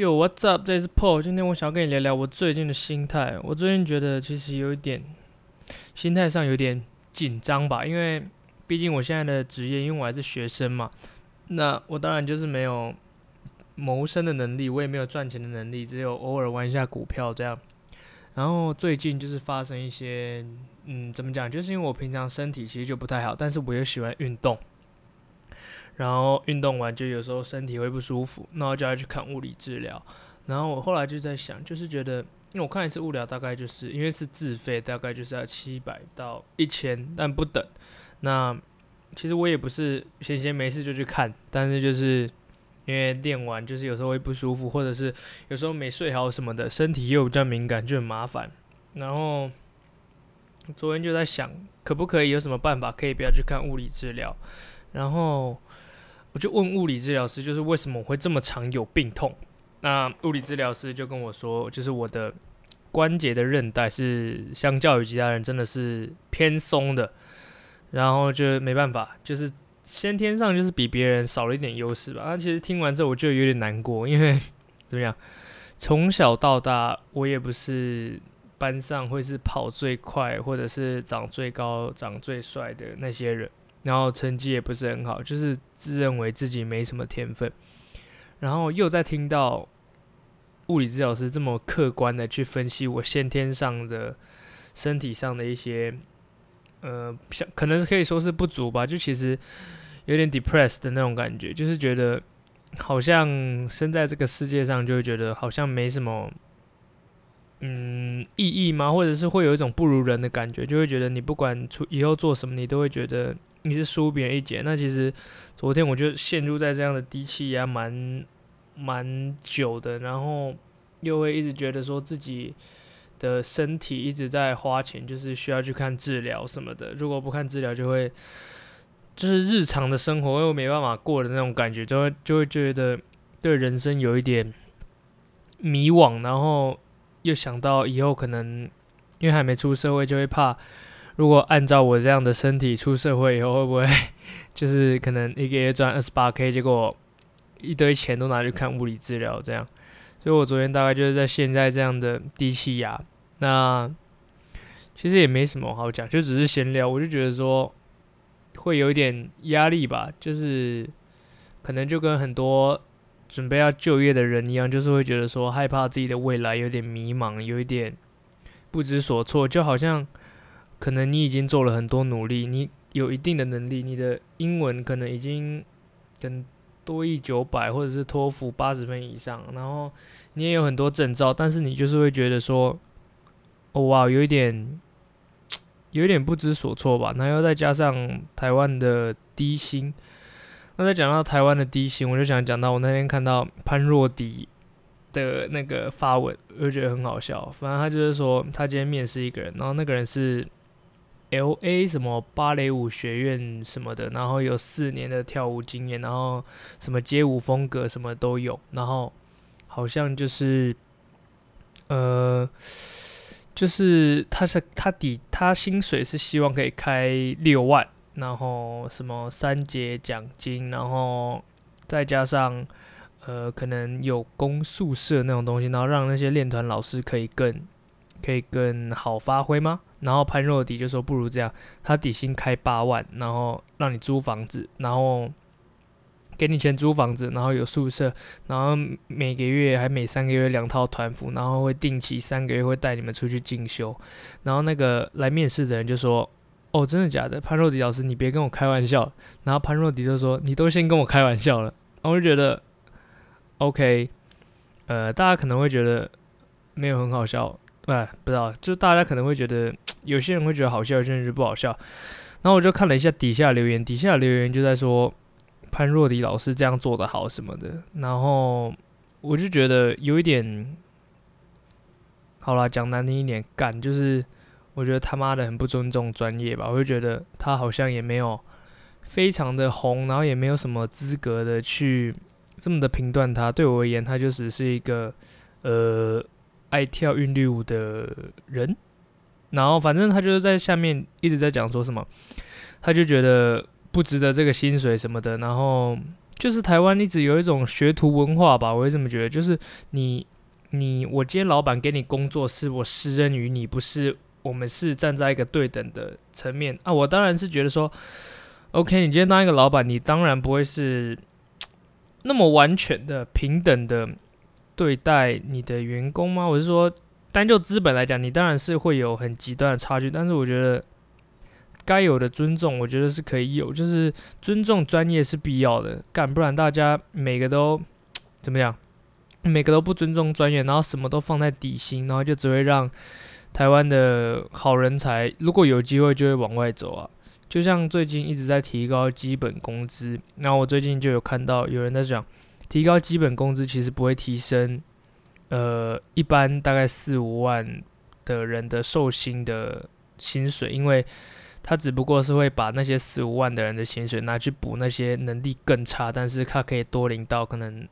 Yo, what's up？这里是 Paul。今天我想要跟你聊聊我最近的心态。我最近觉得其实有一点心态上有点紧张吧，因为毕竟我现在的职业，因为我还是学生嘛，那我当然就是没有谋生的能力，我也没有赚钱的能力，只有偶尔玩一下股票这样。然后最近就是发生一些，怎么讲？就是因为我平常身体其实就不太好，但是我又喜欢运动，然后运动完就有时候身体会不舒服，那我就要去看物理治疗。然后我后来就在想，就是觉得，因为我看一次物疗大概就是因为是自费，大概就是要700到1000，但不等。那其实我也不是闲闲没事就去看，但是就是因为练完就是有时候会不舒服，或者是有时候没睡好什么的，身体又比较敏感，就很麻烦。然后昨天就在想，可不可以有什么办法可以不要去看物理治疗？然后我就问物理治疗师，就是为什么我会这么常有病痛？那物理治疗师就跟我说，就是我的关节的韧带是相较于其他人真的是偏松的，然后就没办法，就是先天上就是比别人少了一点优势吧。那其实听完之后我就有点难过，因为怎么样，从小到大我也不是班上会是跑最快或者是长最高、长最帅的那些人。然后成绩也不是很好，就是自认为自己没什么天分，然后又在听到物理治疗师这么客观的去分析我先天上的身体上的一些，可能可以说是不足吧，就其实有点 depressed 的那种感觉，就是觉得好像生在这个世界上就会觉得好像没什么。意义吗？或者是会有一种不如人的感觉，就会觉得你不管以后做什么，你都会觉得你是输别人一截。那其实昨天我就陷入在这样的低气压蛮久的，然后又会一直觉得说自己的身体一直在花钱，就是需要去看治疗什么的。如果不看治疗，就会就是日常的生活又没办法过的那种感觉，就会觉得对人生有一点迷惘，然后又想到以后可能因为还没出社会，就会怕如果按照我这样的身体出社会以后，会不会就是可能一个月赚28K，结果一堆钱都拿去看物理治疗这样。所以我昨天大概就是在现在这样的低气压，那其实也没什么好讲，就只是闲聊。我就觉得说会有一点压力吧，就是可能就跟很多准备要就业的人一样，就是会觉得说害怕自己的未来有点迷茫，有一点不知所措，就好像可能你已经做了很多努力，你有一定的能力，你的英文可能已经跟多益900或者是托福80分以上，然后你也有很多证照，但是你就是会觉得说，哦哇，有一点不知所措吧。然后又再加上台湾的低薪，那再讲到台湾的低薪，我就想讲到我那天看到潘若迪的那个发文，我就觉得很好笑。反正他就是说，他今天面试一个人，然后那个人是 LA 什么芭蕾舞学院什么的，然后有4年的跳舞经验，然后什么街舞风格什么都有，然后好像就是呃，就是他薪水是希望可以开6万，然后什么3节奖金，然后再加上可能有供宿舍那种东西，然后让那些练团老师可以更好发挥吗？然后潘若迪就说不如这样，他底薪开8万，然后让你租房子，然后给你钱租房子，然后有宿舍，然后每个月还每3个月2套团服，然后会定期3个月会带你们出去进修。然后那个来面试的人就说：“哦，真的假的？潘若迪老师，你别跟我开玩笑。”然后潘若迪就说：“你都先跟我开玩笑了。”然后我就觉得 OK，大家可能会觉得没有很好笑，不知道，就大家可能会觉得有些人会觉得好笑，有些人觉得不好笑。然后我就看了一下底下留言，底下留言就在说潘若迪老师这样做的好什么的，然后我就觉得有一点，好啦，讲难听一点，干就是我觉得他妈的很不尊重专业吧，我就觉得他好像也没有非常的红，然后也没有什么资格的去这么的评断他。对我而言，他就只是一个爱跳韵律舞的人。然后反正他就是在下面一直在讲说什么，他就觉得不值得这个薪水什么的，然后就是台湾一直有一种学徒文化吧，我会这么觉得，就是我今天老板给你工作，是我施恩于你，不是我们是站在一个对等的层面啊。我当然是觉得说，OK，你今天当一个老板，你当然不会是那么完全的平等的对待你的员工吗？我是说，单就资本来讲，你当然是会有很极端的差距，但是我觉得该有的尊重，我觉得是可以有，就是尊重专业是必要的，不然大家每个都怎么样？每个都不尊重专业，然后什么都放在底薪，然后就只会让台湾的好人才，如果有机会就会往外走啊。就像最近一直在提高基本工资，然后我最近就有看到有人在讲，提高基本工资其实不会提升，一般大概4-5万的人的受薪的薪水，因为他只不过是会把那些4-5万的人的薪水拿去补那些能力更差，但是他可以多领到可能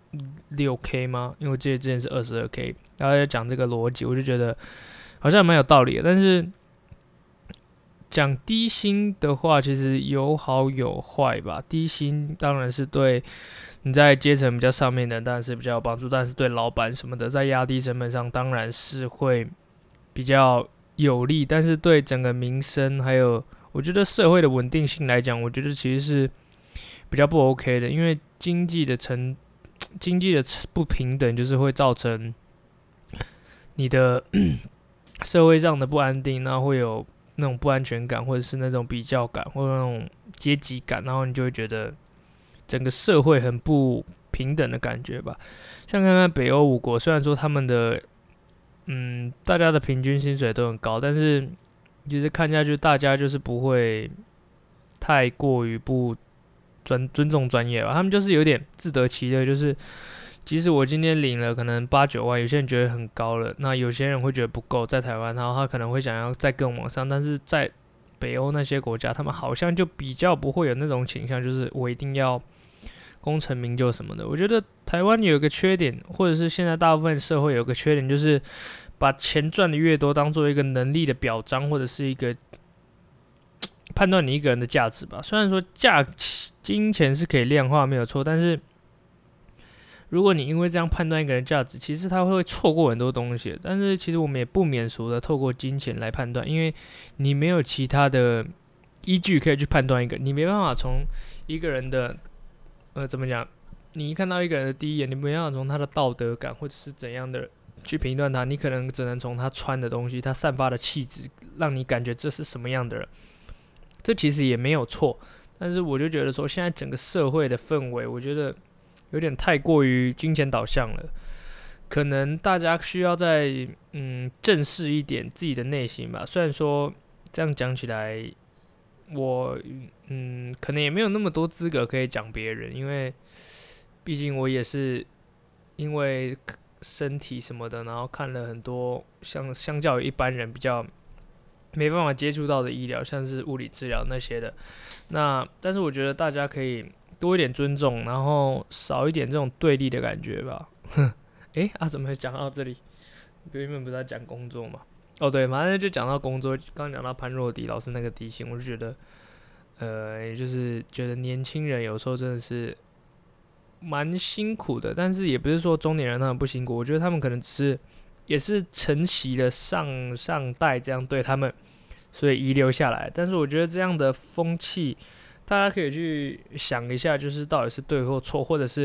6K 吗？因为我记得之前是22K，然后在讲这个逻辑，我就觉得好像蛮有道理的。但是讲低薪的话，其实有好有坏吧。低薪当然是对你在阶层比较上面的人当然是比较有帮助，但是对老板什么的，在压低成本上当然是会比较有利，但是对整个民生还有我觉得社会的稳定性来讲，我觉得其实是比较不 OK 的，因为经济的不平等，就是会造成你的社会上的不安定，然后会有那种不安全感，或者是那种比较感，或者那种阶级感，然后你就会觉得整个社会很不平等的感觉吧。像看看北欧5国，虽然说他们的大家的平均薪水都很高，但是其实看下去，大家就是不会太过于不尊重专业吧。他们就是有点自得其乐，就是即使我今天领了可能8-9万，有些人觉得很高了，那有些人会觉得不够，在台湾，然后他可能会想要再更往上，但是在北欧那些国家，他们好像就比较不会有那种倾向，就是我一定要功成名就什么的。我觉得台湾有一个缺点，或者是现在大部分社会有个缺点，就是把钱赚的越多当做一个能力的表彰，或者是一个判断你一个人的价值吧。虽然说金钱是可以量化没有错，但是如果你因为这样判断一个人价值，其实他会错过很多东西。但是其实我们也不免俗的透过金钱来判断，因为你没有其他的依据可以去判断一个，你没办法从一个人的怎么讲？你一看到一个人的第一眼，你没办法从他的道德感或者是怎样的去评断他，你可能只能从他穿的东西，他散发的气质，让你感觉这是什么样的人。这其实也没有错，但是我就觉得说，现在整个社会的氛围，我觉得有点太过于金钱导向了。可能大家需要再正视一点自己的内心吧。虽然说这样讲起来，我可能也没有那么多资格可以讲别人，因为毕竟我也是因为身体什么的，然后看了很多相较于一般人比较没办法接触到的医疗，像是物理治疗那些的。但是我觉得大家可以多一点尊重，然后少一点这种对立的感觉吧。怎么会讲到这里？原本不是在讲工作嘛？哦对，反正就讲到工作，刚讲到潘若迪老师那个低薪，我就觉得，就是觉得年轻人有时候真的是蛮辛苦的，但是也不是说中年人他们不辛苦，我觉得他们可能也是承袭了上代这样对他们，所以遗留下来。但是我觉得这样的风气，大家可以去想一下，就是到底是对或错，或者是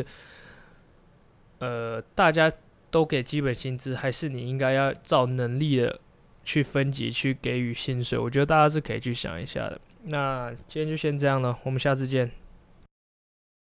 大家都给基本薪资，还是你应该要照能力的去分级去给予薪水？我觉得大家是可以去想一下的。那今天就先这样了，我们下次见。